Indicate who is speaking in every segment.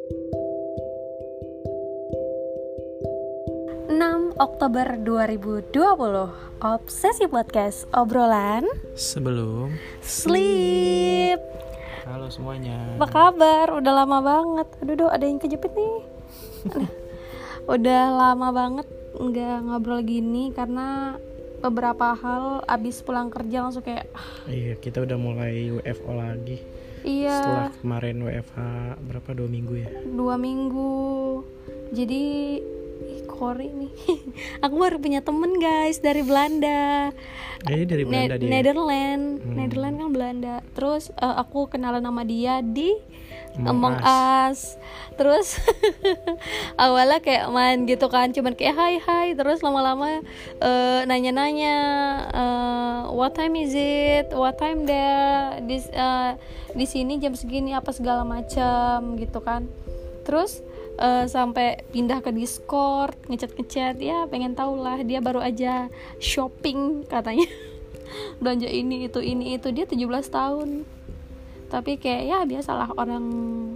Speaker 1: Oktober 2020, Obsesi Podcast, obrolan
Speaker 2: sebelum
Speaker 1: sleep.
Speaker 2: Halo semuanya.
Speaker 1: Apa kabar? Udah lama banget. Aduh, ada yang kejepit nih. Udah lama banget nggak ngobrol gini karena beberapa hal abis pulang kerja langsung kayak
Speaker 2: Iya, kita udah mulai WFO lagi.
Speaker 1: Iya.
Speaker 2: Setelah kemarin WFH berapa 2 minggu ya?
Speaker 1: 2 minggu. Jadi Kori nih. Aku baru punya temen guys dari Belanda.
Speaker 2: Dari Belanda dia.
Speaker 1: Nederland kan Belanda. Terus aku kenalan sama dia di Among Us. Terus awalnya kayak main gitu kan, cuman kayak hai. Terus lama-lama nanya-nanya what time is it? What time there? Di sini jam segini apa segala macam gitu kan. Terus sampai pindah ke Discord, ngechat ya, pengen tahu lah, dia baru aja shopping katanya. Belanja ini itu dia 17 tahun. Tapi kayak ya biasalah orang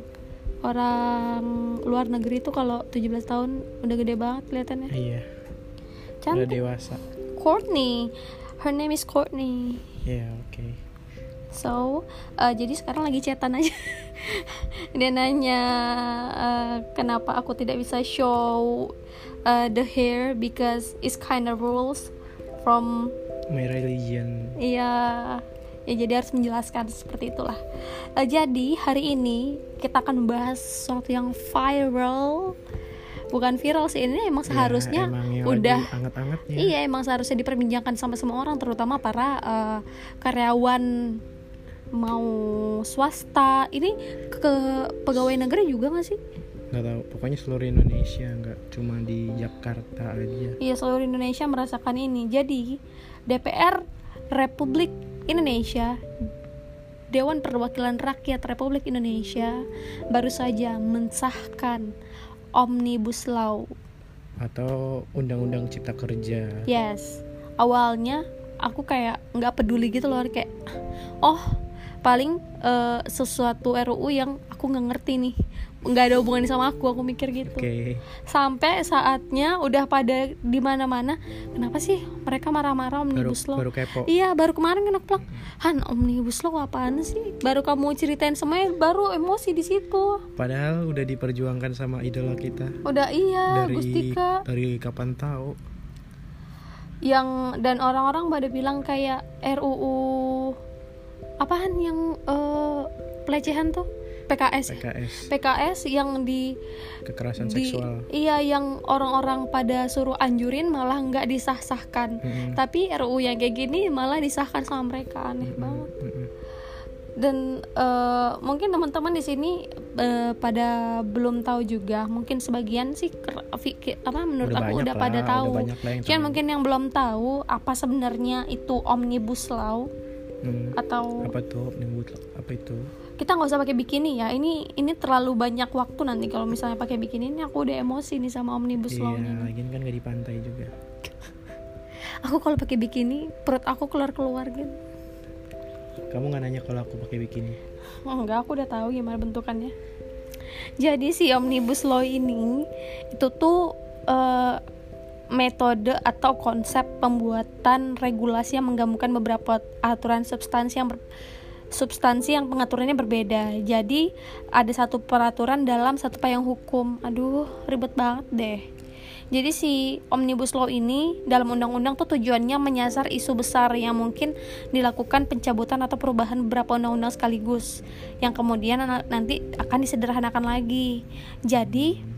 Speaker 1: luar negeri tuh kalau 17 tahun udah gede banget kelihatannya.
Speaker 2: Iya.
Speaker 1: Cantik.
Speaker 2: Udah dewasa.
Speaker 1: Courtney. Her name is Courtney.
Speaker 2: Iya, oke.
Speaker 1: So, jadi sekarang lagi chatan aja. Dia nanya kenapa aku tidak bisa show the hair because it's kind of rules from
Speaker 2: my religion.
Speaker 1: Iya, ya jadi harus menjelaskan seperti itulah. Jadi hari ini kita akan membahas sesuatu yang viral. Bukan viral sih, ini emang seharusnya udah
Speaker 2: anget-angetnya.
Speaker 1: Iya, emang seharusnya diperbincangkan sama semua orang, terutama para karyawan mau swasta. Ini ke pegawai negeri juga nggak sih?
Speaker 2: Nggak tahu, pokoknya seluruh Indonesia, nggak cuma di Jakarta aja.
Speaker 1: Iya, seluruh Indonesia merasakan ini. Jadi DPR Republik Indonesia, Dewan Perwakilan Rakyat Republik Indonesia baru saja mensahkan Omnibus Law
Speaker 2: atau Undang-Undang Cipta Kerja.
Speaker 1: Yes, awalnya aku kayak nggak peduli gitu loh, kayak paling sesuatu RUU yang aku nggak ngerti nih, nggak ada hubungannya sama aku mikir gitu. Sampai saatnya udah pada di mana-mana, kenapa sih mereka marah-marah Omnibus Law?
Speaker 2: Baru kepo.
Speaker 1: Iya, baru kemarin kan aku bilang, Han, Omnibus Law apaan sih? Baru kamu ceritain semuanya, baru emosi di situ.
Speaker 2: Padahal udah diperjuangkan sama idola kita.
Speaker 1: Udah, iya, Gustika.
Speaker 2: Dari kapan tahu?
Speaker 1: Dan orang-orang pada bilang kayak RUU apaan yang pelecehan tuh, PKS yang di
Speaker 2: kekerasan seksual.
Speaker 1: Iya, yang orang-orang pada suruh anjurin malah nggak disah-sahkan. Tapi RUU yang kayak gini malah disahkan sama mereka, aneh banget. Dan mungkin teman-teman di sini pada belum tahu juga, mungkin sebagian sih menurut aku udah pada tahu. Cuman mungkin yang belum tahu apa sebenarnya itu Omnibus Law. Atau
Speaker 2: apa tuh Omnibus Law? Apa itu?
Speaker 1: Kita nggak usah pakai bikini ya. Ini terlalu banyak waktu nanti kalau misalnya pakai bikini. Ini aku udah emosi nih sama Omnibus Law ini.
Speaker 2: Iya, lagian kan nggak di pantai juga.
Speaker 1: Aku kalau pakai bikini perut aku keluar gitu.
Speaker 2: Kamu nggak nanya kalau aku pakai bikini?
Speaker 1: Enggak, aku udah tahu gimana bentukannya. Jadi si Omnibus Law ini itu tuh metode atau konsep pembuatan regulasi yang menggabungkan beberapa aturan substansi yang pengaturannya berbeda. Jadi ada satu peraturan dalam satu payung hukum. Aduh, ribet banget deh. Jadi si Omnibus Law ini dalam undang-undang tuh tujuannya menyasar isu besar yang mungkin dilakukan pencabutan atau perubahan beberapa undang-undang sekaligus, yang kemudian nanti akan disederhanakan lagi. Jadi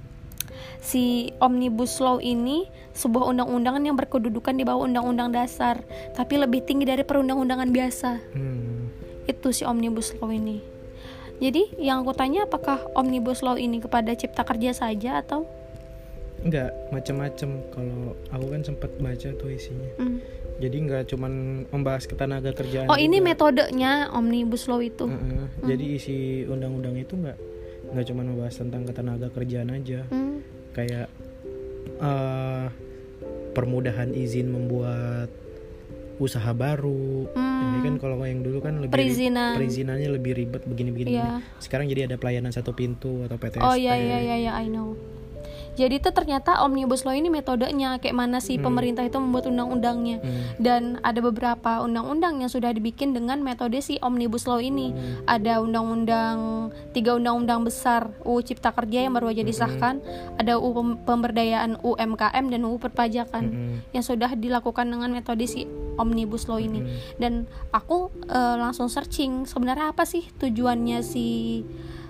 Speaker 1: si Omnibus Law ini sebuah undang-undangan yang berkedudukan di bawah undang-undang dasar, tapi lebih tinggi dari perundang-undangan biasa. Itu si Omnibus Law ini. Jadi yang aku tanya, apakah Omnibus Law ini kepada cipta kerja saja atau?
Speaker 2: Enggak, macam-macam. Kalau aku kan sempat baca tuh isinya. Jadi nggak cuman membahas ketenaga kerjaan. Oh,
Speaker 1: ini metodenya Omnibus Law itu.
Speaker 2: Jadi isi undang-undang itu nggak cuma membahas tentang ketenaga kerjaan aja. Kayak permudahan izin membuat usaha baru. Ini kan kalau yang dulu kan lebih perizinannya lebih ribet begini-begini.
Speaker 1: Yeah.
Speaker 2: Sekarang jadi ada pelayanan satu pintu atau PTSP.
Speaker 1: Oh iya, I know. Jadi itu ternyata Omnibus Law ini metodenya kayak mana sih pemerintah itu membuat undang-undangnya. Dan ada beberapa undang-undang yang sudah dibikin dengan metode si Omnibus Law ini. Ada 3 undang-undang besar, UU Cipta Kerja yang baru aja disahkan, ada UU Pemberdayaan UMKM dan UU Perpajakan yang sudah dilakukan dengan metode si Omnibus Law ini. Dan aku langsung searching sebenarnya apa sih tujuan si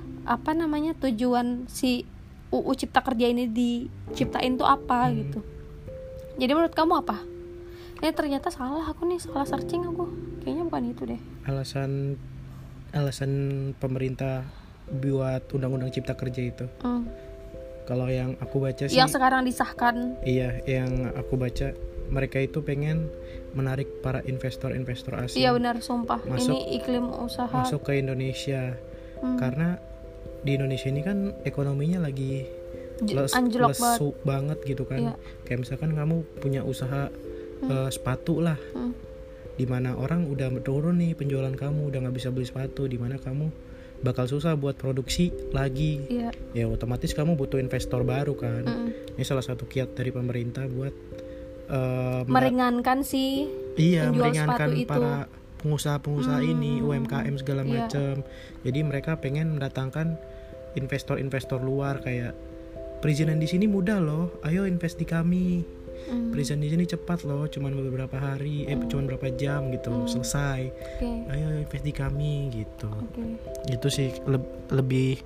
Speaker 1: UU Cipta Kerja ini diciptain tuh apa gitu. Jadi menurut kamu apa? Ternyata salah searching aku. Kayaknya bukan itu deh.
Speaker 2: Alasan pemerintah buat undang-undang Cipta Kerja itu. Kalau yang aku baca sih,
Speaker 1: yang sekarang disahkan.
Speaker 2: Iya, yang aku baca mereka itu pengen menarik para investor-investor asing.
Speaker 1: Iya benar, sumpah. Ini iklim usaha
Speaker 2: masuk ke Indonesia. Karena di Indonesia ini kan ekonominya lagi lesu banget gitu kan. Kayak misalkan kamu punya usaha sepatu lah, dimana orang udah turun nih penjualan kamu, udah nggak bisa beli sepatu, dimana kamu bakal susah buat produksi lagi. Ya otomatis kamu butuh investor baru kan. Ini salah satu kiat dari pemerintah buat
Speaker 1: meringankan
Speaker 2: meringankan para pengusaha-pengusaha ini, UMKM segala macam. Jadi mereka pengen mendatangkan investor-investor luar, kayak perizinan di sini mudah loh, ayo invest di kami. Perizinan di sini cepat loh, cuman beberapa hari, cuman berapa jam gitu selesai. Ayo invest di kami gitu. Itu sih lebih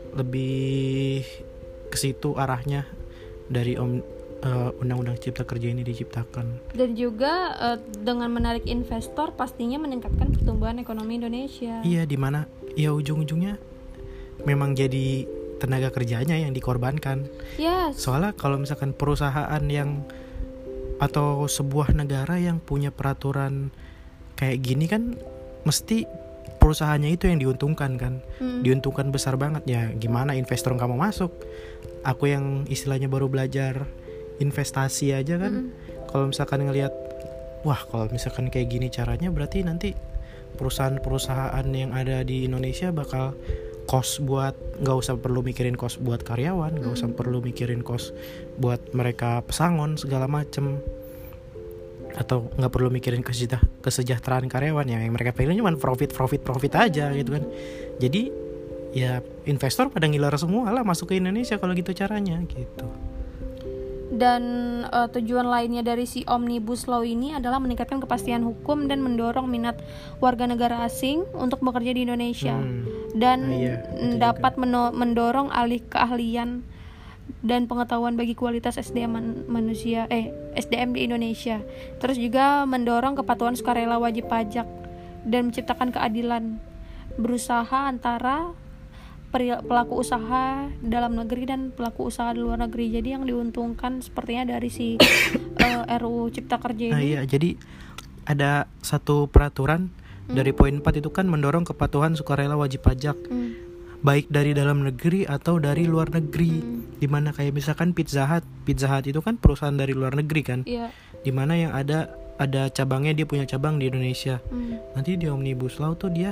Speaker 2: ke situ arahnya dari Undang-Undang Cipta Kerja ini diciptakan.
Speaker 1: Dan juga dengan menarik investor pastinya meningkatkan pertumbuhan ekonomi Indonesia.
Speaker 2: Iya, dimana ya ujung-ujungnya memang jadi tenaga kerjanya yang dikorbankan. Soalnya kalau misalkan perusahaan yang atau sebuah negara yang punya peraturan kayak gini kan mesti perusahaannya itu yang diuntungkan kan. Diuntungkan besar banget. Ya gimana investor nggak mau masuk? Aku yang istilahnya baru belajar investasi aja kan, kalau misalkan ngelihat, wah kalau misalkan kayak gini caranya, berarti nanti perusahaan-perusahaan yang ada di Indonesia bakal cost buat, nggak usah perlu mikirin cost buat karyawan, nggak usah perlu mikirin cost buat mereka pesangon segala macem, atau nggak perlu mikirin kesejahteraan karyawan ya, yang mereka pengen cuma profit aja gitu kan. Jadi ya investor pada ngiler semua lah masuk ke Indonesia kalau gitu caranya gitu.
Speaker 1: Dan tujuan lainnya dari si Omnibus Law ini adalah meningkatkan kepastian hukum dan mendorong minat warga negara asing untuk bekerja di Indonesia dan dapat mendorong alih keahlian dan pengetahuan bagi kualitas SDM di Indonesia. Terus juga mendorong kepatuhan sukarela wajib pajak dan menciptakan keadilan berusaha antara pelaku usaha dalam negeri dan pelaku usaha di luar negeri. Jadi yang diuntungkan sepertinya dari si RUU Cipta Kerja ini.
Speaker 2: Iya, jadi ada satu peraturan dari poin 4 itu kan mendorong kepatuhan sukarela wajib pajak, baik dari dalam negeri atau dari luar negeri. Dimana kayak misalkan Pizza Hut itu kan perusahaan dari luar negeri kan. Dimana yang ada cabangnya, dia punya cabang di Indonesia. Nanti di Omnibus Law tuh dia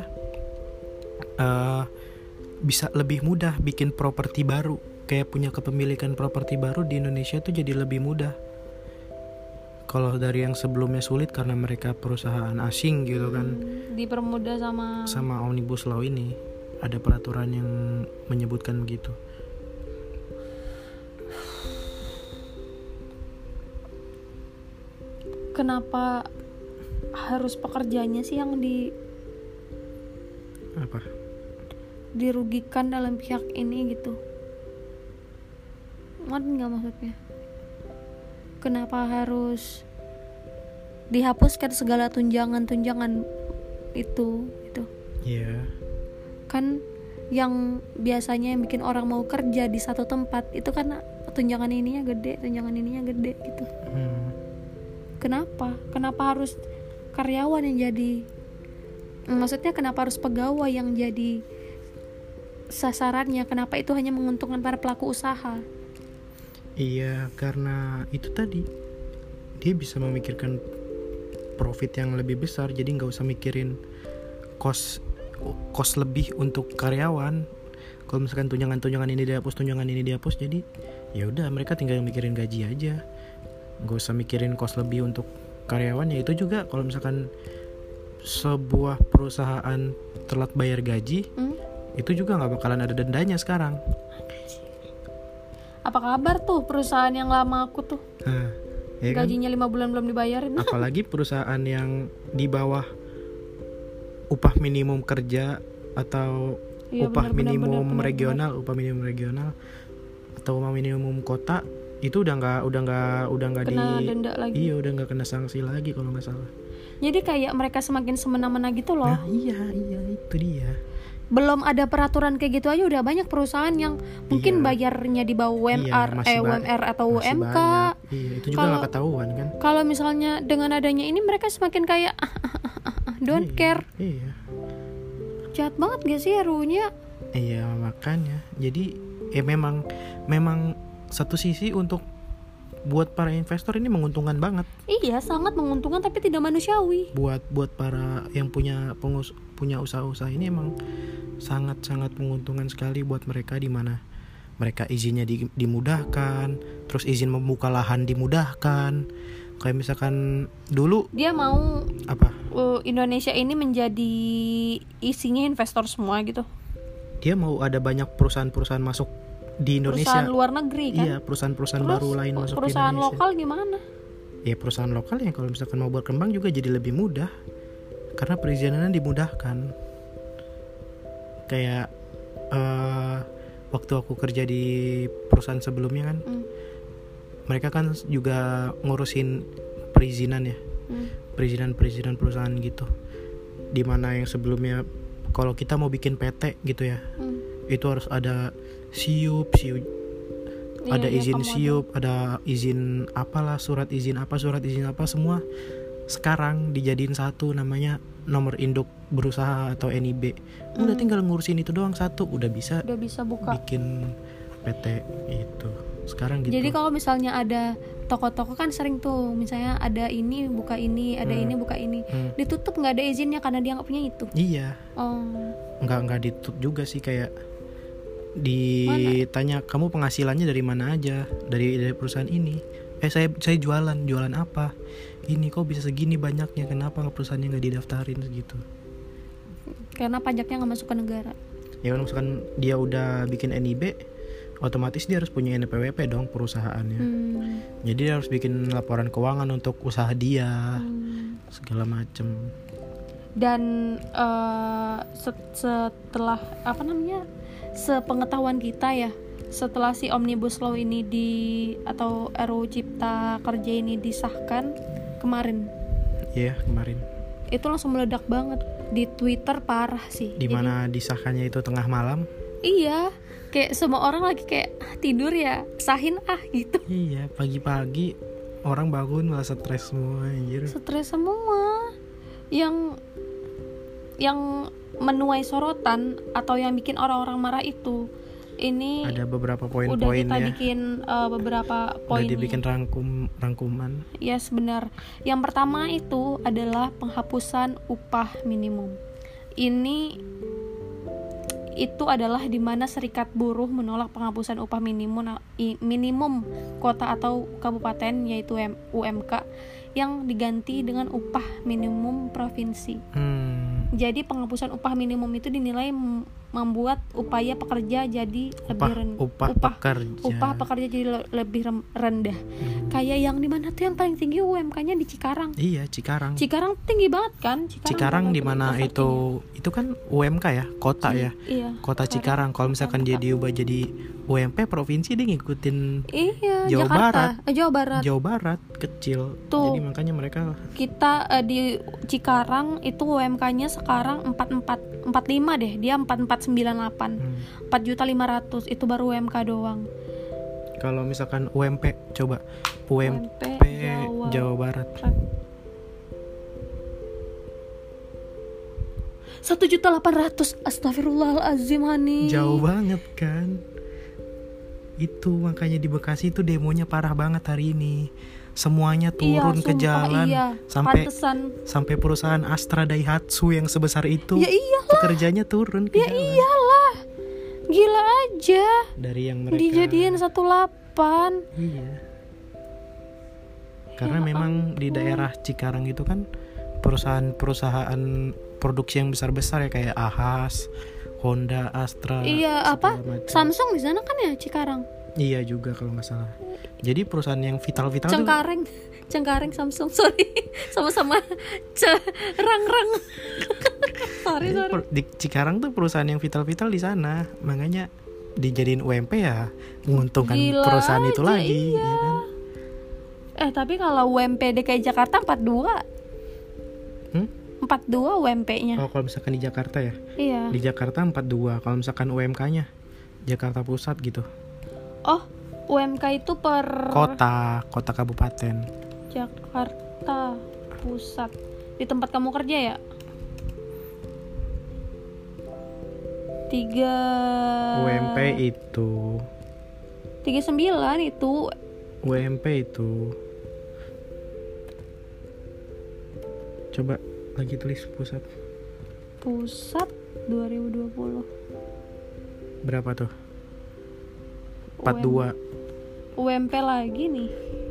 Speaker 2: bisa lebih mudah bikin properti baru, kayak punya kepemilikan properti baru di Indonesia tuh jadi lebih mudah. Kalau dari yang sebelumnya sulit karena mereka perusahaan asing gitu kan,
Speaker 1: dipermudah sama
Speaker 2: Omnibus Law ini ada peraturan yang menyebutkan begitu.
Speaker 1: Kenapa harus pekerjanya sih yang dirugikan dalam pihak ini gitu? Ngerti nggak maksudnya? Kenapa harus dihapuskan segala tunjangan itu gitu?
Speaker 2: Iya.
Speaker 1: Kan yang biasanya yang bikin orang mau kerja di satu tempat itu kan tunjangan ininya gede gitu. Kenapa harus karyawan yang jadi, maksudnya kenapa harus pegawai yang jadi sasarannya? Kenapa itu hanya menguntungkan para pelaku usaha?
Speaker 2: Iya, karena itu tadi dia bisa memikirkan profit yang lebih besar, jadi nggak usah mikirin cost lebih untuk karyawan. Kalau misalkan tunjangan ini dihapus, jadi ya udah mereka tinggal mikirin gaji aja, nggak usah mikirin cost lebih untuk karyawan. Ya itu juga kalau misalkan sebuah perusahaan telat bayar gaji, itu juga nggak bakalan ada dendanya sekarang.
Speaker 1: Apa kabar tuh perusahaan yang lama aku tuh?
Speaker 2: Ya
Speaker 1: gajinya 5 bulan belum dibayarin.
Speaker 2: Apalagi perusahaan yang di bawah upah minimum kerja atau upah minimum regional atau upah minimum kota, itu udah nggak
Speaker 1: kena denda lagi.
Speaker 2: Iya, udah nggak kena sanksi lagi kalau nggak salah.
Speaker 1: Jadi kayak mereka semakin semena-mena gitu loh.
Speaker 2: Nah, iya itu dia.
Speaker 1: Belum ada peraturan kayak gitu aja udah banyak perusahaan yang mungkin bayarnya di bawah UMR atau UMK.
Speaker 2: Iya, itu juga nggak ketahuan kan.
Speaker 1: Kalau misalnya dengan adanya ini mereka semakin kayak don't care.
Speaker 2: Iya.
Speaker 1: Jahat banget gak sih RUU-nya?
Speaker 2: Iya, makanya. Jadi memang satu sisi untuk buat para investor ini menguntungkan banget.
Speaker 1: Iya, sangat menguntungkan tapi tidak manusiawi.
Speaker 2: Buat para yang punya usaha-usaha ini emang sangat-sangat menguntungkan sekali buat mereka, di mana mereka izinnya dimudahkan, terus izin membuka lahan dimudahkan. Kayak misalkan dulu
Speaker 1: dia mau
Speaker 2: apa?
Speaker 1: Indonesia ini menjadi isinya investor semua gitu.
Speaker 2: Dia mau ada banyak perusahaan-perusahaan masuk di Indonesia.
Speaker 1: Perusahaan luar negeri kan?
Speaker 2: Iya, perusahaan-perusahaan baru lain masuk di Indonesia.
Speaker 1: Perusahaan lokal gimana?
Speaker 2: Ya perusahaan lokal yang kalau misalkan mau berkembang juga jadi lebih mudah, karena perizinannya dimudahkan. Kayak waktu aku kerja di perusahaan sebelumnya kan, mereka kan juga ngurusin perizinan ya, perizinan perusahaan gitu. Dimana yang sebelumnya kalau kita mau bikin PT gitu ya, itu harus ada SIUP, ada izin SIUP, ada izin apalah, surat izin apa semua sekarang dijadiin satu, namanya nomor induk berusaha atau NIB. Udah tinggal ngurusin itu doang satu, udah bisa buka bikin PT itu sekarang gitu.
Speaker 1: Jadi kalau misalnya ada toko-toko kan sering tuh, misalnya ada ini buka ini, ada ini buka ini, ditutup nggak ada izinnya karena dia nggak punya itu.
Speaker 2: Iya. Nggak ditutup juga sih, kayak ditanya kamu penghasilannya dari mana aja, dari perusahaan ini. Saya jualan apa? Ini kok bisa segini banyaknya, kenapa perusahaannya nggak didaftarin segitu?
Speaker 1: Karena pajaknya nggak masuk ke negara.
Speaker 2: Ya kan, misalkan dia udah bikin NIB, otomatis dia harus punya NPWP dong perusahaannya. Jadi dia harus bikin laporan keuangan untuk usaha dia, segala macem.
Speaker 1: Dan setelah sepengetahuan kita ya, setelah si Omnibus Law ini atau RUU Cipta Kerja ini disahkan kemarin.
Speaker 2: Iya, kemarin.
Speaker 1: Itu langsung meledak banget di Twitter, parah sih.
Speaker 2: Dimana disahkannya itu tengah malam.
Speaker 1: Iya, kayak semua orang lagi kayak tidur ya, sahin gitu.
Speaker 2: Iya, pagi-pagi orang bangun malah stres semua, anjir.
Speaker 1: Stres semua. Yang menuai sorotan atau yang bikin orang-orang marah itu, ini
Speaker 2: ada beberapa poin-poin
Speaker 1: udah kita
Speaker 2: ya.
Speaker 1: bikin beberapa poin.
Speaker 2: Udah dibikin rangkuman.
Speaker 1: Ya, sebenar. Yang pertama itu adalah penghapusan upah minimum. Itu adalah di mana Serikat Buruh menolak penghapusan upah minimum kota atau kabupaten, yaitu UMK, yang diganti dengan upah minimum provinsi. Jadi penghapusan upah minimum itu dinilai membuat upaya pekerja jadi lebih rendah. Upah pekerja jadi lebih rendah. Kayak yang di mana tuh yang paling tinggi UMK-nya di Cikarang.
Speaker 2: Iya, Cikarang.
Speaker 1: Cikarang tinggi banget kan?
Speaker 2: Cikarang di mana itu kan UMK ya, kota ya.
Speaker 1: Iya.
Speaker 2: Kota Cikarang. Kalau misalkan dia diubah jadi UMP provinsi, dia ngikutin Jawa Barat kecil. Tuh, jadi makanya mereka
Speaker 1: kita di Cikarang itu UMK-nya sekarang 45 deh, dia 4498, 4.500.000 itu baru UMK doang.
Speaker 2: Kalau misalkan UMP, coba UMP Jawa Barat
Speaker 1: 1.800.000, astagfirullahalazim, Hani.
Speaker 2: Jauh banget kan. Itu makanya di Bekasi itu demonya parah banget hari ini. semuanya turun ke jalan. Sampai perusahaan Astra Daihatsu yang sebesar itu pekerjanya turun ke jalan.
Speaker 1: Iyalah, gila aja.
Speaker 2: Dari yang mereka
Speaker 1: dijadiin 18.
Speaker 2: Iya. Karena memang di daerah Cikarang itu kan perusahaan produksi yang besar-besar ya, kayak Ahas, Honda, Astra.
Speaker 1: Iya, Samsung di sana kan ya, Cikarang.
Speaker 2: Iya juga kalau nggak salah. Jadi perusahaan yang vital-vital
Speaker 1: Cengkareng Samsung, sorry. Sama-sama rang-rang. sorry.
Speaker 2: Di Cikarang tuh perusahaan yang vital-vital di sana. Makanya dijadiin UMP ya menguntungkan perusahaan itu lagi,
Speaker 1: iya.
Speaker 2: Ya kan?
Speaker 1: Tapi kalau UMP DKI Jakarta 42. 42 UMP-nya.
Speaker 2: Oh, kalau misalkan di Jakarta ya?
Speaker 1: Iya.
Speaker 2: Di Jakarta 42. Kalau misalkan UMK-nya Jakarta Pusat gitu.
Speaker 1: Oh, UMK itu per
Speaker 2: kota kabupaten.
Speaker 1: Jakarta Pusat. Di tempat kamu kerja ya? 3
Speaker 2: UMP itu
Speaker 1: 39 itu.
Speaker 2: UMP itu. Coba lagi tulis pusat
Speaker 1: 2020.
Speaker 2: Berapa tuh? 42.
Speaker 1: UMP lagi nih.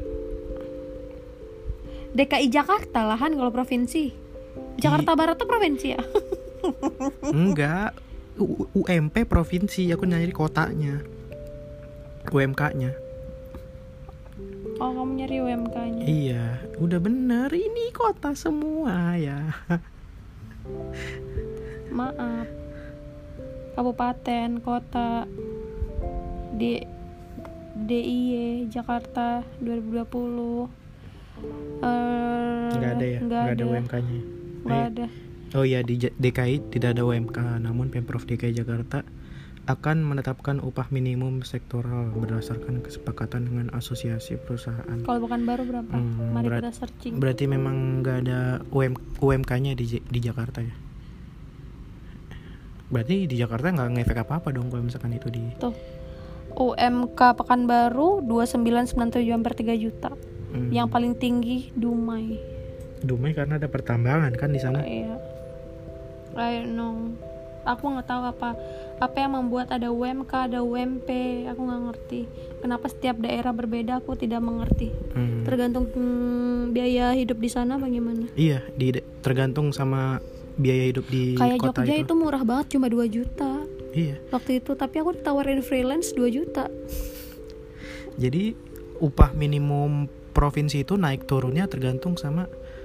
Speaker 1: DKI Jakarta lah kan kalau provinsi. Jakarta Barat tuh provinsi ya?
Speaker 2: Enggak. UMP provinsi, aku nyari kotanya. UMK-nya.
Speaker 1: Oh, kamu nyari UMK-nya.
Speaker 2: Iya, udah bener, ini kota semua ya.
Speaker 1: Maaf. Kabupaten, kota, DIY Jakarta 2020.
Speaker 2: Nggak ada ya? Nggak ada UMK-nya?
Speaker 1: Nggak ada.
Speaker 2: Oh iya, di DKI tidak ada UMK, namun Pemprov DKI Jakarta akan menetapkan upah minimum sektoral berdasarkan kesepakatan dengan asosiasi perusahaan.
Speaker 1: Kalau bukan baru berapa? Mari kita searching.
Speaker 2: Berarti memang nggak ada UMK-nya di Jakarta ya? Berarti di Jakarta nggak ngefek apa-apa dong kalau misalkan itu di...
Speaker 1: Tuh, UMK Pekanbaru 2997 hampir 3 juta. Yang paling tinggi Dumai
Speaker 2: karena ada pertambangan kan di sana.
Speaker 1: Iya. I know. Aku nggak tahu apa yang membuat ada UMK, ada UMP. Aku nggak ngerti. Kenapa setiap daerah berbeda? Aku tidak mengerti. Tergantung biaya hidup di sana bagaimana?
Speaker 2: Iya, tergantung sama biaya hidup di
Speaker 1: kayak
Speaker 2: kota
Speaker 1: Jogja itu murah banget, cuma 2 juta.
Speaker 2: Iya.
Speaker 1: Waktu itu, tapi aku ditawarin freelance 2 juta.
Speaker 2: Jadi upah minimum provinsi itu naik turunnya tergantung sama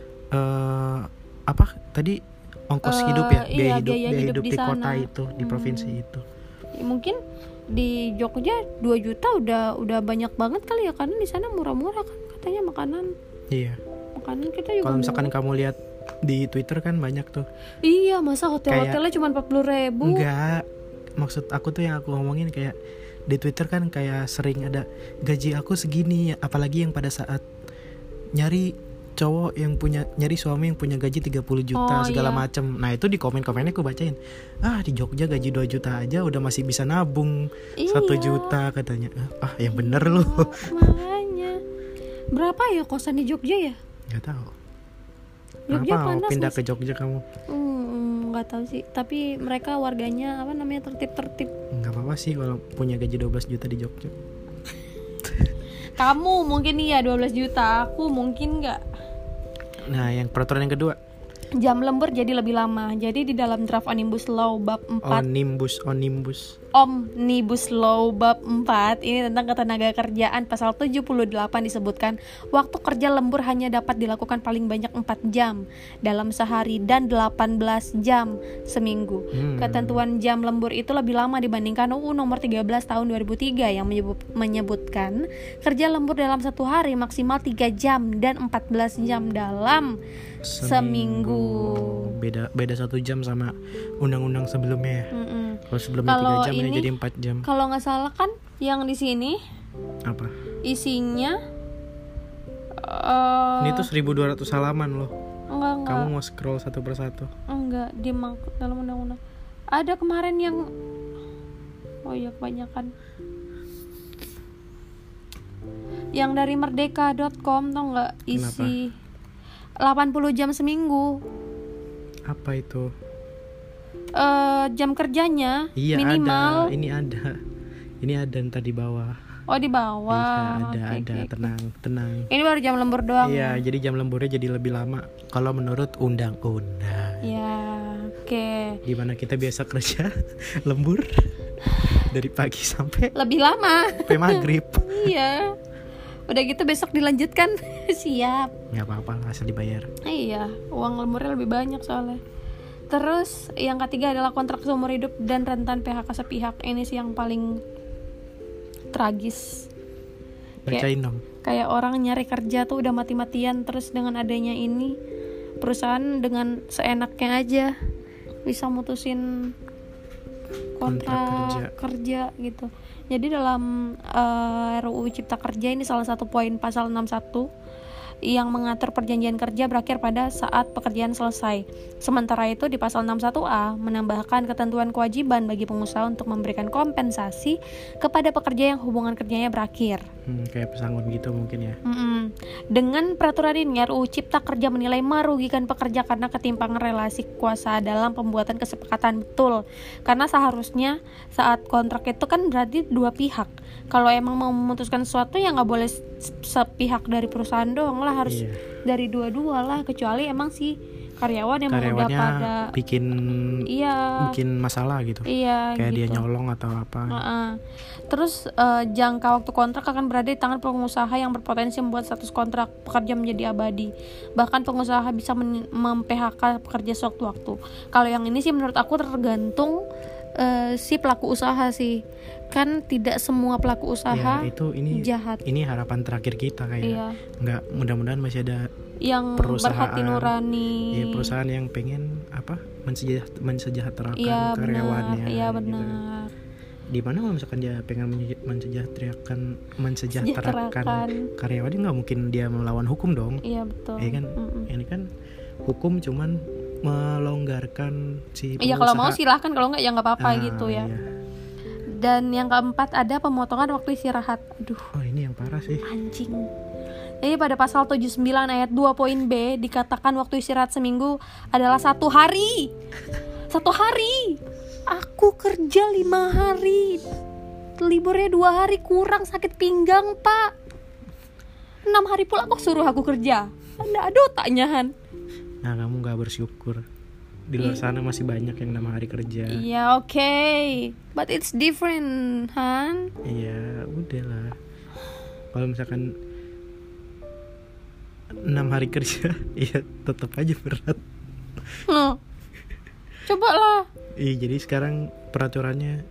Speaker 2: apa tadi, ongkos hidup ya, biaya hidup di kota itu, di provinsi itu.
Speaker 1: Ya, mungkin di Jogja 2 juta udah banyak banget kali ya, karena di sana murah-murah kan katanya makanan.
Speaker 2: Iya.
Speaker 1: Makanan kita juga.
Speaker 2: Kalau misalkan kamu lihat di Twitter kan banyak tuh.
Speaker 1: Iya, masa hotel-hotelnya cuma 40.000?
Speaker 2: Enggak. Maksud aku tuh yang aku ngomongin kayak di Twitter kan kayak sering ada gaji aku segini, apalagi yang pada saat nyari cowok yang nyari suami yang punya gaji 30 juta segala macem. Nah itu di komen-komennya aku bacain, di Jogja gaji 2 juta aja udah masih bisa nabung 1 juta katanya. Yang bener loh.
Speaker 1: Makanya berapa ya kosan di Jogja ya?
Speaker 2: Gak tahu.
Speaker 1: Jogja
Speaker 2: apa
Speaker 1: panas
Speaker 2: pindah ke Jogja kamu?
Speaker 1: Nggak tahu sih, tapi mereka warganya tertib.
Speaker 2: Nggak apa-apa sih kalau punya gaji 12 juta di Jogja.
Speaker 1: Kamu mungkin iya 12 juta, aku mungkin nggak.
Speaker 2: Nah, yang peraturan yang kedua,
Speaker 1: jam lembur jadi lebih lama. Jadi di dalam draft Omnibus Law bab 4 Omnibus Law bab 4 ini tentang ketenagakerjaan pasal 78 disebutkan waktu kerja lembur hanya dapat dilakukan paling banyak 4 jam dalam sehari dan 18 jam seminggu. Ketentuan jam lembur itu lebih lama dibandingkan UU nomor 13 tahun 2003 yang menyebutkan kerja lembur dalam satu hari maksimal 3 jam dan 14 jam dalam seminggu.
Speaker 2: Beda 1 jam sama undang-undang sebelumnya ya. Kalau sebelumnya 3 jam ini jadi 4 jam.
Speaker 1: Kalau nggak salah kan yang di sini
Speaker 2: apa?
Speaker 1: Isinya
Speaker 2: ini tuh 1200 halaman loh.
Speaker 1: Enggak.
Speaker 2: Kamu mau scroll satu persatu?
Speaker 1: Enggak, di dalam undang-undang. Ada kemarin yang kebanyakan. Yang dari merdeka.com tau nggak, isi 80 jam seminggu.
Speaker 2: Apa itu?
Speaker 1: Jam kerjanya
Speaker 2: iya,
Speaker 1: minimal.
Speaker 2: Ini ada ntar di bawah.
Speaker 1: Oh di bawah.
Speaker 2: Iya, ada. Tenang.
Speaker 1: Ini baru jam lembur doang.
Speaker 2: Iya, jadi jam lemburnya jadi lebih lama kalau menurut undang-undang.
Speaker 1: Iya, oke.
Speaker 2: Dimana kita biasa kerja lembur dari pagi sampai
Speaker 1: lebih lama.
Speaker 2: Sampai maghrib.
Speaker 1: Iya. Udah gitu besok dilanjutkan. Siap.
Speaker 2: Nggak apa-apa, asal dibayar.
Speaker 1: Iya, uang lemburnya lebih banyak soalnya. Terus yang ketiga adalah kontrak seumur hidup dan rentan PHK sepihak. Ini sih yang paling tragis.
Speaker 2: Bacain dong.
Speaker 1: Kayak orang nyari kerja tuh udah mati-matian, terus dengan adanya ini perusahaan dengan seenaknya aja bisa mutusin kontrak kerja gitu. Jadi dalam RUU Cipta Kerja ini salah satu poin pasal 61 yang mengatur perjanjian kerja berakhir pada saat pekerjaan selesai. Sementara itu di pasal 61A menambahkan ketentuan kewajiban bagi pengusaha untuk memberikan kompensasi kepada pekerja yang hubungan kerjanya berakhir.
Speaker 2: Kayak pesangon gitu mungkin ya.
Speaker 1: Dengan peraturan ini RUU Cipta Kerja menilai merugikan pekerja karena ketimpangan relasi kuasa dalam pembuatan kesepakatan. Betul, karena seharusnya saat kontrak itu kan berarti dua pihak. Kalau emang mau memutuskan sesuatu ya nggak boleh sepihak dari perusahaan doang lah, harus dari dua-dua lah, kecuali emang si karyawan yang udah pada bikin
Speaker 2: masalah gitu.
Speaker 1: Iya,
Speaker 2: kayak
Speaker 1: gitu.
Speaker 2: Dia nyolong atau apa.
Speaker 1: Terus jangka waktu kontrak akan berada di tangan pengusaha yang berpotensi membuat status kontrak pekerja menjadi abadi. Bahkan pengusaha bisa mem-PHK pekerja sewaktu-waktu. Kalau yang ini sih menurut aku tergantung si pelaku usaha sih. Kan tidak semua pelaku usaha
Speaker 2: ini
Speaker 1: jahat.
Speaker 2: Ini harapan terakhir kita kayak. Nggak, mudah-mudahan masih ada
Speaker 1: yang berhati nurani.
Speaker 2: Iya, perusahaan yang pengen mensejahterakan karyawannya.
Speaker 1: Iya benar.
Speaker 2: Gitu. Di mana kalau misalkan dia pengen mensejahterakan karyawannya, nggak mungkin dia melawan hukum dong.
Speaker 1: Iya betul.
Speaker 2: Iya kan. Ini kan hukum cuman melonggarkan si pengusaha.
Speaker 1: Iya, kalau mau silahkan, kalau nggak ya nggak apa-apa gitu ya. Iya. Dan yang keempat ada pemotongan waktu istirahat. Aduh.
Speaker 2: Oh, ini yang parah sih.
Speaker 1: Anjing. Jadi pada pasal 79 ayat 2 poin B dikatakan waktu istirahat seminggu adalah 1 hari. 1 hari. Aku kerja 5 hari. Liburnya 2 hari, kurang sakit pinggang, Pak. 6 hari pula aku suruh aku kerja. Nggak ada otaknya, Han.
Speaker 2: Nah, kamu gak bersyukur. Di luar sana masih banyak yang 6 hari kerja.
Speaker 1: Iya, oke. But it's different, Han.
Speaker 2: Iya, udahlah. Kalau misalkan 6 hari kerja, ya tetap aja berat.
Speaker 1: Coba lah.
Speaker 2: Iya, jadi sekarang peraturannya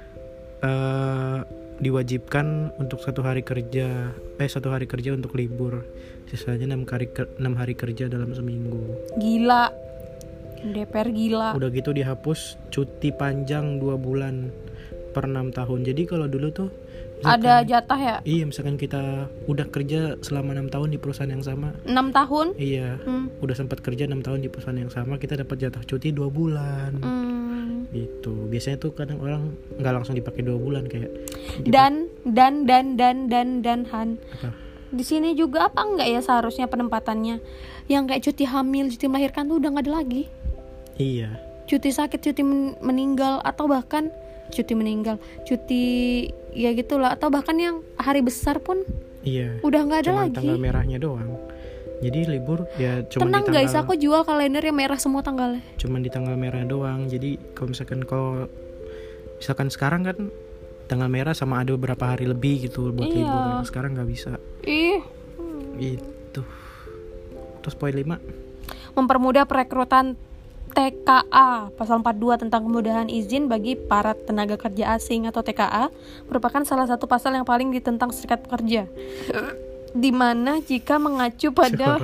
Speaker 2: diwajibkan untuk 1 hari kerja untuk libur. Sisanya 6 hari kerja dalam seminggu.
Speaker 1: Gila. DPR gila.
Speaker 2: Udah gitu dihapus cuti panjang 2 bulan per 6 tahun. Jadi kalau dulu tuh
Speaker 1: ada jatah ya?
Speaker 2: Iya, misalkan kita udah kerja selama 6 tahun di perusahaan yang sama.
Speaker 1: 6 tahun?
Speaker 2: Iya. Udah sempat kerja 6 tahun di perusahaan yang sama, kita dapat jatah cuti 2 bulan. Gitu. Biasanya tuh kadang orang nggak langsung dipakai 2 bulan kayak. Dan
Speaker 1: Han. Apa? Di sini juga apa enggak ya seharusnya penempatannya? Yang kayak cuti hamil, cuti melahirkan tuh udah nggak ada lagi.
Speaker 2: Iya.
Speaker 1: Cuti sakit, cuti meninggal, atau bahkan cuti ya gitulah, atau bahkan yang hari besar pun udah nggak ada lagi.
Speaker 2: Tanggal merahnya doang. Jadi libur ya cuma
Speaker 1: tenang di tanggal, guys, aku jual kalender yang merah semua tanggalnya.
Speaker 2: Cuman di tanggal merah doang. Jadi kalau misalkan sekarang kan tanggal merah sama ada beberapa hari lebih gitu buat libur. Sekarang nggak bisa. Itu. Terus poin 5,
Speaker 1: mempermudah perekrutan TKA. Pasal 42 tentang kemudahan izin bagi para tenaga kerja asing atau TKA merupakan salah satu pasal yang paling ditentang Serikat Pekerja. Di mana jika mengacu pada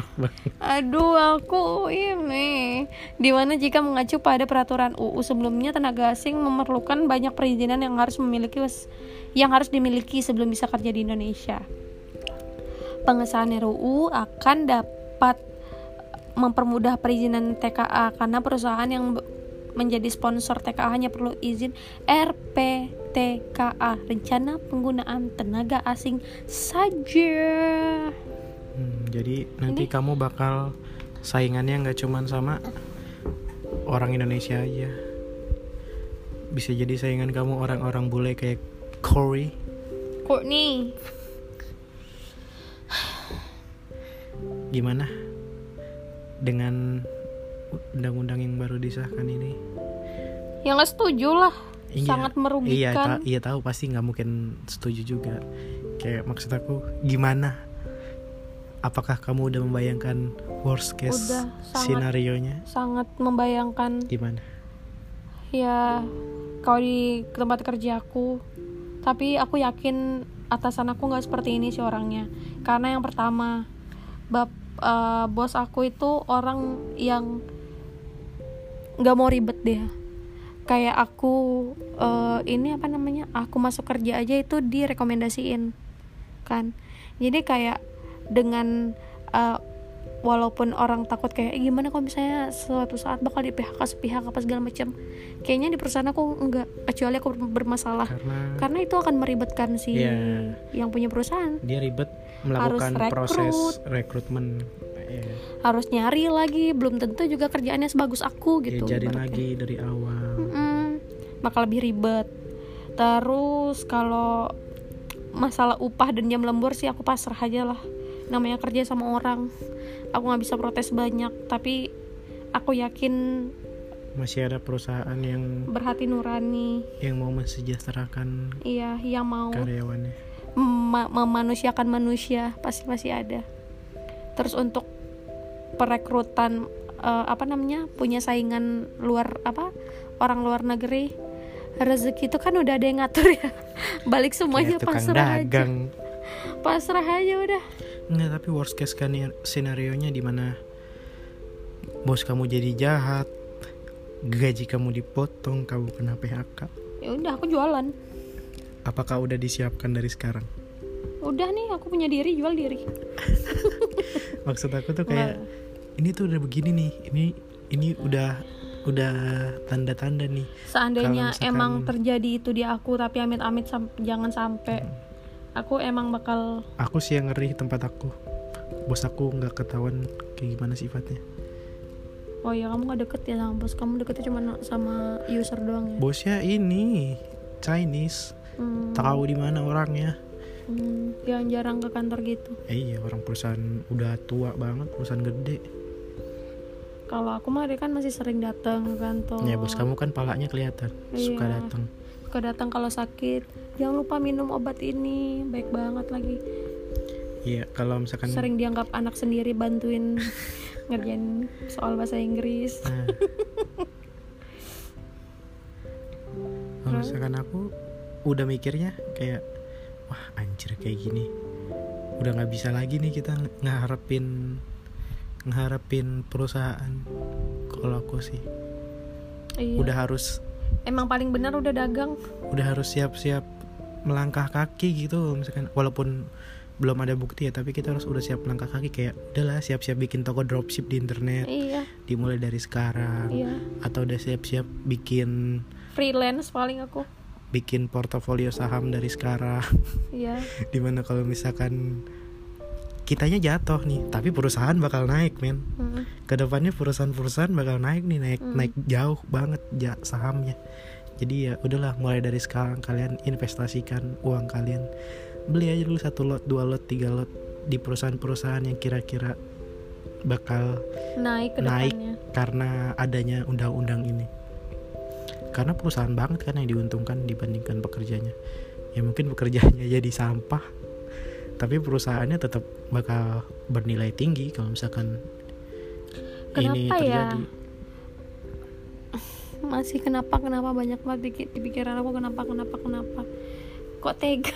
Speaker 1: di mana jika mengacu pada peraturan UU sebelumnya, tenaga asing memerlukan banyak perizinan yang harus dimiliki sebelum bisa kerja di Indonesia. Pengesahan RUU akan dapat mempermudah perizinan TKA karena perusahaan yang menjadi sponsor TKA hanya perlu izin RPT RPTKA, Rencana Penggunaan Tenaga Asing saja.
Speaker 2: Jadi nanti kamu bakal saingannya nggak cuman sama orang Indonesia aja, bisa jadi saingan kamu orang-orang bule kayak Courtney. Gimana dengan undang-undang yang baru disahkan ini?
Speaker 1: Yang nggak setuju lah.
Speaker 2: Iya,
Speaker 1: sangat merugikan.
Speaker 2: Iya tahu pasti nggak mungkin setuju juga. Kayak maksud aku gimana? Apakah kamu udah membayangkan worst case scenario-nya?
Speaker 1: Sangat membayangkan.
Speaker 2: Gimana?
Speaker 1: Ya, kalau di tempat kerjaku, tapi aku yakin atasan aku nggak seperti ini sih orangnya. Karena yang pertama, bos aku itu orang yang nggak mau ribet deh. Kayak aku aku masuk kerja aja itu direkomendasiin kan. Jadi kayak dengan walaupun orang takut kayak gimana kalau misalnya suatu saat bakal di PHK sepihak apa segala macam, kayaknya di perusahaan aku enggak, kecuali aku bermasalah karena itu akan meribetkan si yang punya perusahaan.
Speaker 2: Dia ribet melakukan proses rekrutmen,
Speaker 1: harus nyari lagi, belum tentu juga kerjaannya sebagus aku gitu.
Speaker 2: Diajarin lagi dari awal.
Speaker 1: Bakal lebih ribet. Terus kalau masalah upah dan jam lembur sih aku pasrah aja lah. Namanya kerja sama orang, aku nggak bisa protes banyak. Tapi aku yakin
Speaker 2: masih ada perusahaan yang
Speaker 1: berhati nurani,
Speaker 2: yang mau mensejahterakan,
Speaker 1: yang mau
Speaker 2: karyawannya,
Speaker 1: memanusiakan manusia, pasti masih ada. Terus untuk perekrutan punya saingan orang luar negeri, rezeki itu kan udah ada yang ngatur ya. Balik semuanya pasrah aja udah.
Speaker 2: Enggak, tapi worst case scenario-nya di mana bos kamu jadi jahat, gaji kamu dipotong, kamu kena PHK.
Speaker 1: Ya udah, aku jualan.
Speaker 2: Apakah udah disiapkan dari sekarang?
Speaker 1: Udah nih, aku punya diri, jual diri.
Speaker 2: Maksud aku tuh kayak ini tuh udah begini nih, ini udah tanda-tanda nih.
Speaker 1: Seandainya emang terjadi itu di aku, tapi amit-amit jangan sampai. Aku emang bakal.
Speaker 2: Aku sih yang ngeri tempat aku. Bos aku nggak ketahuan kayak gimana sifatnya.
Speaker 1: Oh ya, kamu nggak deket ya sama bos? Kamu deketnya cuma sama user doang ya?
Speaker 2: Bosnya ini Chinese. Tahu di mana orangnya.
Speaker 1: Yang jarang ke kantor gitu.
Speaker 2: Iya, orang perusahaan udah tua banget, perusahaan gede.
Speaker 1: Kalau aku mah dia kan masih sering datang ke kantor.
Speaker 2: Ya, bos kamu kan palanya kelihatan, suka datang kalau sakit. Jangan lupa minum obat ini, baik banget lagi. Iya, kalau misalkan sering dianggap anak sendiri bantuin ngerjain soal bahasa Inggris. Kalau misalkan aku udah mikirnya kayak, wah anjir kayak gini, udah nggak bisa lagi nih kita ngeharapin perusahaan. Kalau aku sih udah harus,
Speaker 1: emang paling benar udah dagang,
Speaker 2: udah harus siap-siap melangkah kaki gitu. Misalkan walaupun belum ada bukti ya, tapi kita harus udah siap melangkah kaki, kayak udahlah siap-siap bikin toko dropship di internet. Dimulai dari sekarang. Atau udah siap-siap bikin
Speaker 1: freelance, paling aku
Speaker 2: bikin portofolio saham dari sekarang. Dimana kalau misalkan kitanya jatuh nih, tapi perusahaan bakal naik, men. Kedepannya perusahaan bakal naik nih, naik jauh banget sahamnya. Jadi ya udahlah, mulai dari sekarang kalian investasikan uang kalian, beli aja dulu 1 lot, 2 lot, 3 lot di perusahaan-perusahaan yang kira-kira bakal naik karena adanya undang-undang ini. Karena perusahaan banget kan yang diuntungkan dibandingkan pekerjanya. Ya mungkin pekerjaannya jadi sampah, tapi perusahaannya tetap bakal bernilai tinggi kalau misalkan ini terjadi.
Speaker 1: Masih kenapa banyak banget di pikiran aku, kenapa kok tega.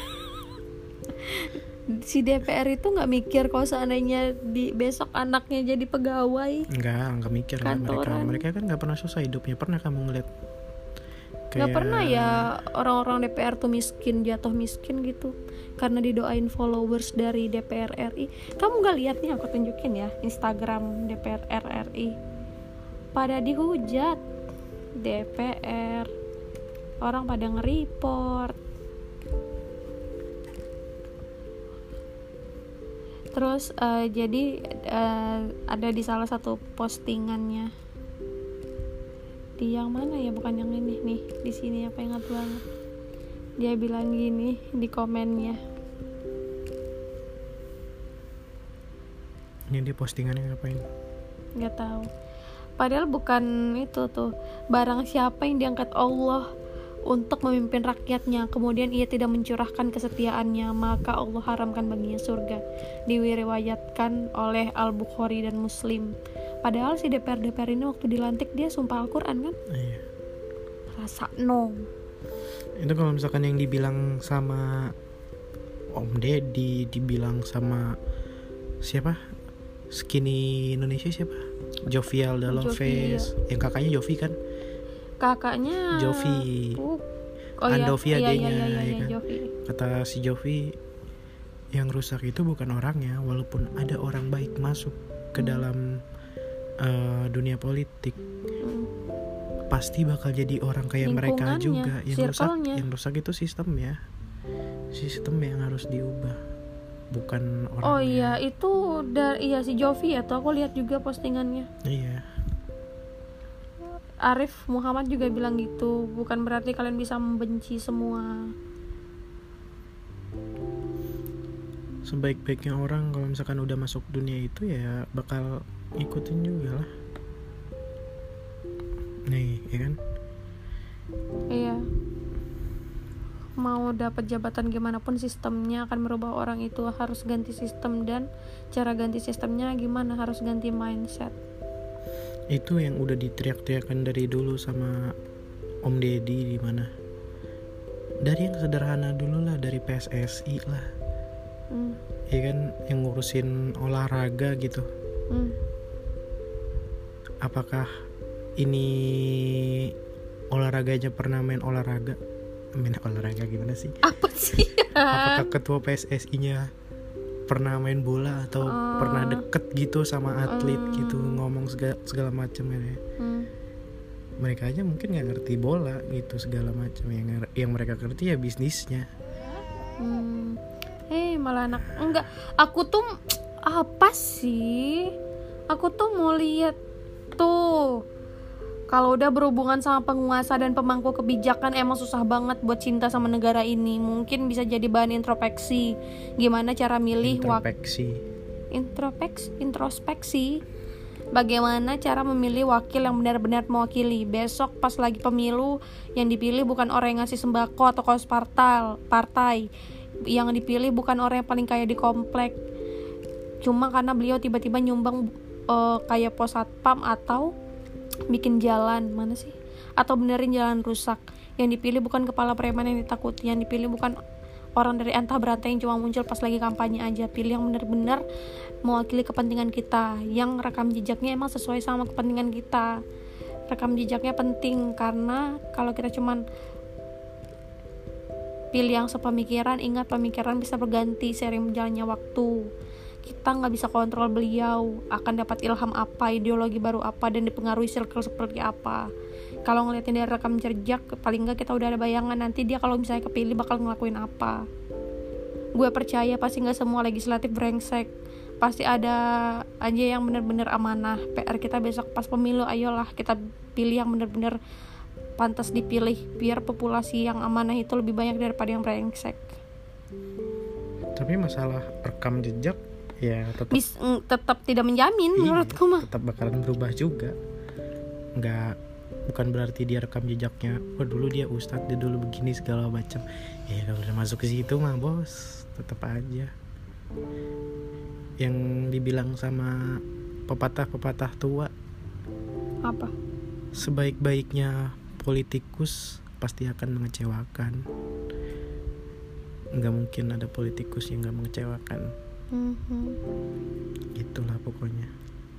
Speaker 1: Si DPR itu nggak mikir kalau seandainya besok anaknya jadi pegawai.
Speaker 2: Nggak mikir kan mereka kan nggak pernah susah hidupnya. Pernah kamu ngeliat
Speaker 1: nggak pernah ya orang-orang DPR tuh jatuh miskin gitu karena didoain followers dari DPR RI. Kamu nggak lihat nih, aku tunjukin ya Instagram DPR RI, pada dihujat DPR. orang pada nge-report. Terus jadi ada di salah satu postingannya di yang mana ya, bukan yang ini nih, di sini apa ingat banget, dia bilang gini di komennya.
Speaker 2: Ini dia postingannya ngapain?
Speaker 1: Nggak tahu. Padahal bukan itu tuh, barang siapa yang diangkat Allah untuk memimpin rakyatnya, kemudian ia tidak mencurahkan kesetiaannya, maka Allah haramkan baginya surga. Diriwayatkan oleh Al-Bukhari dan Muslim. Padahal si DPR ini waktu dilantik dia sumpah Al-Quran kan?
Speaker 2: Iya.
Speaker 1: Rasa no.
Speaker 2: Itu kalau misalkan yang dibilang sama Om Deddy, dibilang sama siapa? Skinny Indonesia siapa? Jovial Daloves, yang kakaknya Jovi kan?
Speaker 1: Kakaknya
Speaker 2: Jovi, Andovi adanya, ya kan? Kata si Jovi, yang rusak itu bukan orangnya, walaupun ada orang baik masuk ke dalam dunia politik, pasti bakal jadi orang kayak mereka juga. Yang rusak itu sistem yang harus diubah, bukan orangnya.
Speaker 1: Oh iya, itu si Jovi ya, tuh aku lihat juga postingannya.
Speaker 2: Iya.
Speaker 1: Arif Muhammad juga bilang gitu, bukan berarti kalian bisa membenci semua.
Speaker 2: Sebaik-baiknya orang kalau misalkan udah masuk dunia itu ya bakal ngikutin juga lah. Nih, ya kan?
Speaker 1: Iya. Mau dapat jabatan gimana pun sistemnya akan merubah orang itu, harus ganti sistem, dan cara ganti sistemnya gimana, harus ganti mindset.
Speaker 2: Itu yang udah diteriak-teriakan dari dulu sama Om Deddy, di mana dari yang sederhana dulu lah, dari PSSI lah, ya kan, yang ngurusin olahraga gitu. Apakah ini olahraganya pernah main olahraga gimana sih?
Speaker 1: Apa sih?
Speaker 2: Apakah ketua PSSI-nya pernah main bola atau pernah deket gitu sama atlet gitu, ngomong segala macam ya. Mereka aja mungkin nggak ngerti bola gitu segala macam, yang mereka ngerti ya bisnisnya.
Speaker 1: Malah enggak, aku tuh apa sih? Aku tuh mau lihat tuh, kalau udah berhubungan sama penguasa dan pemangku kebijakan emang susah banget buat cinta sama negara ini. Mungkin bisa jadi bahan introspeksi. Gimana cara milih introspeksi. Bagaimana cara memilih wakil yang benar-benar mewakili. Besok pas lagi pemilu, yang dipilih bukan orang yang ngasih sembako atau kaos partai. Yang dipilih bukan orang yang paling kaya di komplek, cuma karena beliau tiba-tiba nyumbang kayak pos satpam atau bikin jalan atau benerin jalan rusak. Yang dipilih bukan kepala preman yang ditakuti, yang dipilih bukan orang dari antah berantai yang cuma muncul pas lagi kampanye aja. Pilih yang benar-benar mewakili kepentingan kita, yang rekam jejaknya emang sesuai sama kepentingan kita. Rekam jejaknya penting, karena kalau kita cuman pilih yang sepemikiran, ingat pemikiran bisa berganti seiring berjalannya waktu. Kita nggak bisa kontrol beliau akan dapat ilham apa, ideologi baru apa, dan dipengaruhi circle seperti apa. Kalau ngeliatin dari rekam jejak, paling nggak kita udah ada bayangan nanti dia kalau misalnya kepilih bakal ngelakuin apa. Gue percaya pasti nggak semua legislatif brengsek, pasti ada aja yang benar-benar amanah. PR kita besok pas pemilu, ayolah kita pilih yang benar-benar pantas dipilih, biar populasi yang amanah itu lebih banyak daripada yang brengsek.
Speaker 2: Tapi masalah rekam jejak ya
Speaker 1: tetap tidak menjamin, menurutku mah.
Speaker 2: Tetap bakalan berubah juga. Bukan berarti dia rekam jejaknya, dulu dia ustadz, dia dulu begini segala macam. Ya kalau udah masuk ke situ mah bos, tetap aja. Yang dibilang sama pepatah tua,
Speaker 1: apa?
Speaker 2: Sebaik-baiknya politikus pasti akan mengecewakan. Nggak mungkin ada politikus yang nggak mengecewakan. Itulah pokoknya.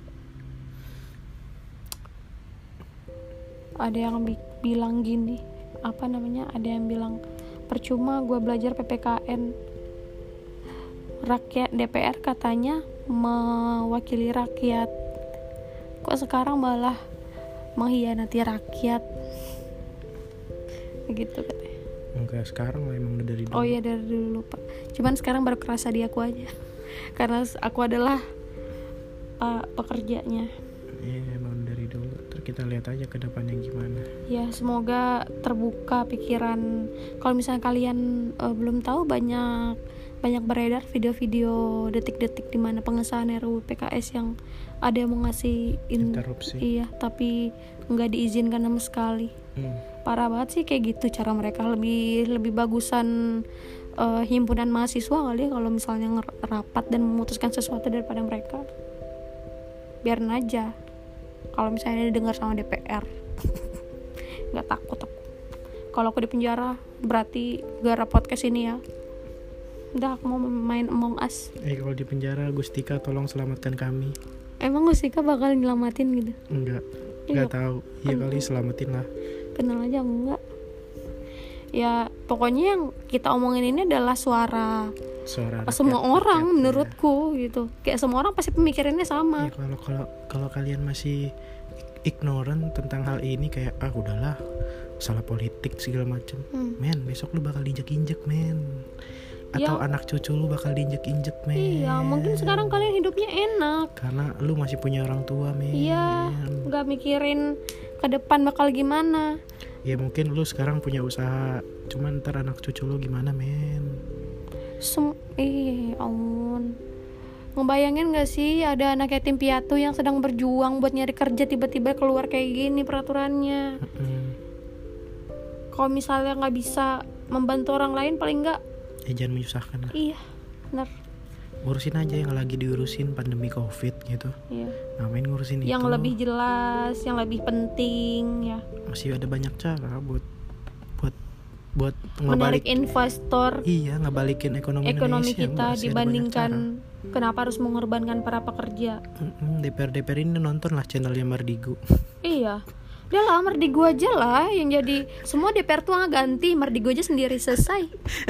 Speaker 1: Ada yang bilang gini, ada yang bilang percuma gue belajar PPKN. Rakyat DPR katanya mewakili rakyat, kok sekarang malah mengkhianati rakyat. gitu katanya.
Speaker 2: Enggak, sekarang lah, emang dari dulu.
Speaker 1: Oh iya, dari dulu lupa. Cuman sekarang baru kerasa di aku aja. Karena aku adalah pekerjanya.
Speaker 2: Iya, emang dari dulu. Terus kita lihat aja ke depannya gimana.
Speaker 1: Ya, semoga terbuka pikiran. Kalau misalnya kalian belum tahu, banyak beredar video-video detik-detik di mana pengesahan RUU PKS yang ada yang mau ngasih
Speaker 2: interupsi.
Speaker 1: Iya, tapi nggak diizinkan sama sekali. Parah banget sih kayak gitu cara mereka. Lebih bagusan himpunan mahasiswa kali ya kalau misalnya rapat dan memutuskan sesuatu daripada mereka. Biarin aja. Kalau misalnya didengar sama DPR, nggak takut aku. Kalau aku di penjara berarti gara podcast ini ya. Udah, aku mau main Among Us.
Speaker 2: Kalau di penjara, Gustika tolong selamatkan kami.
Speaker 1: Emang Gustika bakal nyelamatin gitu?
Speaker 2: Enggak tahu. Iya kali, selamatin lah.
Speaker 1: Kenal aja enggak. Ya pokoknya yang kita omongin ini adalah suara semua orang menurutku gitu. Kayak semua orang pasti pemikirannya sama.
Speaker 2: Ya, kalau kalian masih ignorant tentang hal ini, kayak udahlah, salah politik segala macam. Men, besok lu bakal diinjek-injek, men. Atau anak cucu lu bakal diinjek-injek, men.
Speaker 1: Iya, mungkin sekarang kalian hidupnya enak
Speaker 2: karena lu masih punya orang tua, men.
Speaker 1: Iya, gak mikirin ke depan bakal gimana.
Speaker 2: Ya mungkin lu sekarang punya usaha, cuman ntar anak cucu lu gimana, men.
Speaker 1: Ampun. Ngebayangin gak sih ada anak yatim piatu yang sedang berjuang buat nyari kerja, tiba-tiba keluar kayak gini peraturannya. Kalau misalnya gak bisa membantu orang lain, paling gak
Speaker 2: jangan menyusahkan lah.
Speaker 1: Iya, benar.
Speaker 2: Urusin aja yang lagi diurusin pandemi COVID gitu.
Speaker 1: Iya.
Speaker 2: Ngapain ngurusin
Speaker 1: yang
Speaker 2: itu?
Speaker 1: Lebih jelas, yang lebih penting ya.
Speaker 2: Masih ada banyak cara buat
Speaker 1: menarik investor.
Speaker 2: Iya, ngebalikin ekonomi Indonesia
Speaker 1: kita dibandingkan kenapa harus mengorbankan para pekerja.
Speaker 2: DPR ini nonton lah channelnya Mardigu.
Speaker 1: Iya. Udah lah, Mardigu aja lah yang jadi. Semua DPR tuh ganti, Mardigu aja sendiri selesai.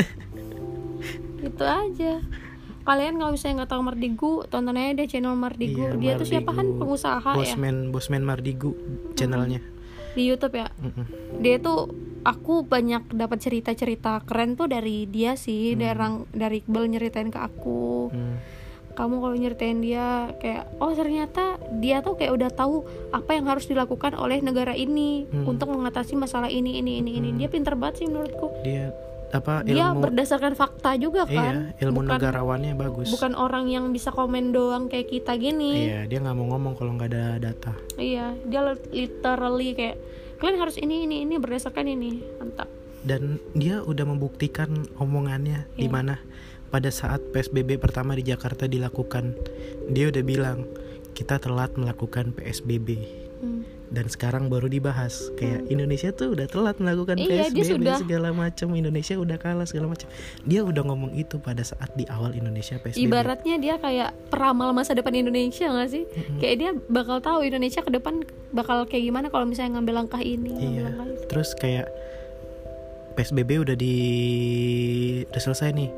Speaker 1: Gitu aja. Kalian kalau misalnya nggak tahu Mardigu, tonton aja deh channel Mardigu. Dia Mardigu. Tuh siapa kan pengusaha
Speaker 2: Bosman Mardigu channelnya
Speaker 1: di YouTube ya. Dia tuh, aku banyak dapat cerita-cerita keren tuh dari dia sih. Dari Iqbal nyeritain ke aku. Kamu kalau nyeritain dia kayak, oh ternyata dia tuh kayak udah tahu apa yang harus dilakukan oleh negara ini untuk mengatasi masalah ini. Dia pinter banget sih menurutku. Dia berdasarkan fakta juga kan.
Speaker 2: Iya, ilmu negarawannya bagus.
Speaker 1: Bukan orang yang bisa komen doang kayak kita gini.
Speaker 2: Iya, dia nggak mau ngomong kalau nggak ada data.
Speaker 1: Iya, dia literally kayak kalian harus ini berdasarkan ini. Mantap.
Speaker 2: Dan dia udah membuktikan omongannya di mana pada saat PSBB pertama di Jakarta dilakukan, dia udah bilang kita telat melakukan PSBB. Dan sekarang baru dibahas kayak Indonesia tuh udah telat melakukan PSBB segala macam, Indonesia udah kalah segala macam. Dia udah ngomong itu pada saat di awal Indonesia PSBB.
Speaker 1: Ibaratnya dia kayak peramal masa depan Indonesia nggak sih? Kayak dia bakal tahu Indonesia ke depan bakal kayak gimana kalau misalnya ngambil langkah ini.
Speaker 2: Iya. Terus kayak PSBB udah selesai nih.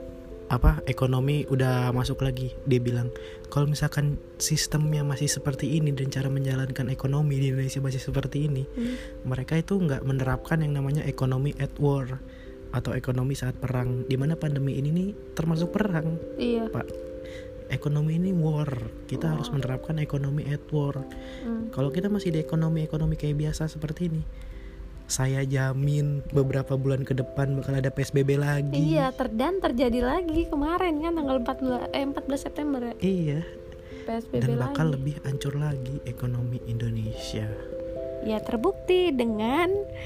Speaker 2: Ekonomi udah masuk lagi. Dia bilang kalau misalkan sistemnya masih seperti ini dan cara menjalankan ekonomi di Indonesia masih seperti ini, mereka itu nggak menerapkan yang namanya ekonomi at war atau ekonomi saat perang, dimana pandemi ini nih termasuk perang.
Speaker 1: Iya,
Speaker 2: Pak. Ekonomi ini war, kita harus menerapkan ekonomi at war. Kalau kita masih di ekonomi kayak biasa seperti ini, saya jamin beberapa bulan ke depan bakal ada PSBB lagi.
Speaker 1: Iya, dan terjadi lagi kemarin kan tanggal 14 September ya.
Speaker 2: Iya.
Speaker 1: PSBB
Speaker 2: dan bakal
Speaker 1: lagi.
Speaker 2: Lebih hancur lagi ekonomi Indonesia.
Speaker 1: Ya terbukti dengan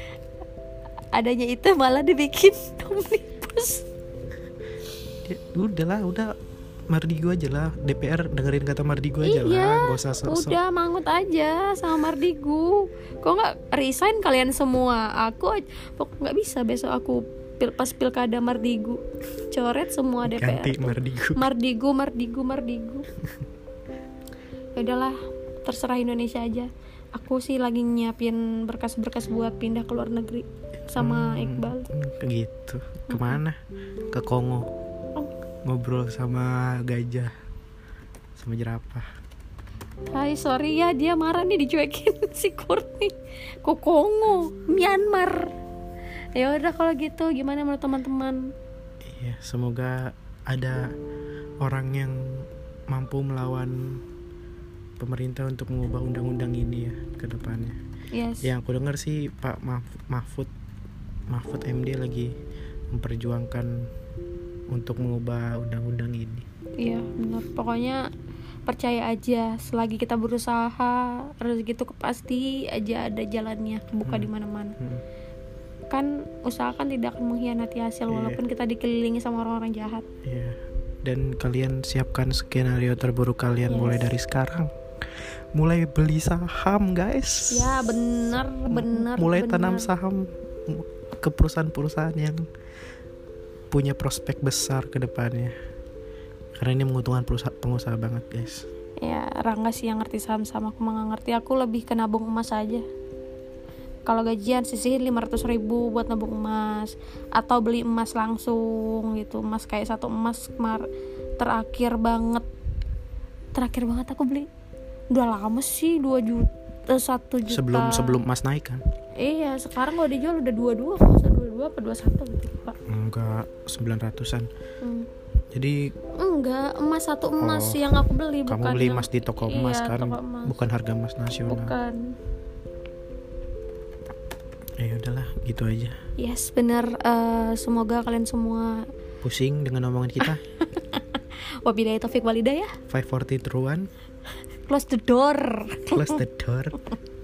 Speaker 1: adanya itu malah dibikin omnibus.
Speaker 2: Udah Mardigu aja lah, DPR dengerin kata Mardigu aja lah, gak usah sok-sok.
Speaker 1: Udah mangut aja sama Mardigu. Kok nggak resign kalian semua? Aku nggak bisa besok aku pas pilkada Mardigu coret semua DPR.
Speaker 2: Ganti
Speaker 1: Mardigu. Ya udahlah, terserah Indonesia aja. Aku sih lagi nyiapin berkas-berkas buat pindah ke luar negeri sama Iqbal.
Speaker 2: Gitu. Kemana? Ke Kongo. Ngobrol sama gajah, sama jerapah.
Speaker 1: Hai, sorry ya, dia marah nih dicuekin si Kurni. Kongo, Myanmar. Ya udah kalau gitu, gimana menurut teman-teman?
Speaker 2: Iya, semoga ada orang yang mampu melawan pemerintah untuk mengubah undang-undang ini ya ke depannya.
Speaker 1: Yes.
Speaker 2: Yang aku dengar sih Pak Mahfud MD lagi memperjuangkan untuk mengubah undang-undang ini.
Speaker 1: Iya, benar. Pokoknya percaya aja, selagi kita berusaha, rezeki itu pasti aja ada jalannya, buka di mana-mana. Kan usahakan tidak akan mengkhianati hasil, walaupun kita dikelilingi sama orang-orang jahat.
Speaker 2: Iya. Dan kalian siapkan skenario terburuk kalian mulai dari sekarang. Mulai beli saham, guys.
Speaker 1: Ya, benar.
Speaker 2: Mulai tanam saham ke perusahaan-perusahaan yang punya prospek besar ke depannya. Karena ini menguntungkan pengusaha banget, guys.
Speaker 1: Ya, Rangga sih yang ngerti saham-saham, aku mah gak ngerti. Aku lebih ke nabung emas aja. Kalau gajian sisihin 500.000 buat nabung emas, atau beli emas langsung gitu. Emas kayak satu emas terakhir banget aku beli. Udah lama sih, 1 juta.
Speaker 2: Sebelum emas naik kan?
Speaker 1: Iya, sekarang kalau dijual udah 22 apa 21 gitu, Pak.
Speaker 2: Enggak, 900-an. Jadi
Speaker 1: enggak, satu emas yang aku beli,
Speaker 2: bukan. Kamu beli emas di toko emas kan? Toko emas. Bukan harga emas nasional.
Speaker 1: Bukan.
Speaker 2: Ya udahlah, gitu aja.
Speaker 1: Yes, benar. Semoga kalian semua
Speaker 2: pusing dengan omongan kita.
Speaker 1: Wabillahi taufik walhidayah.
Speaker 2: 5 4 3 2 1.
Speaker 1: Close the door.
Speaker 2: Close the door.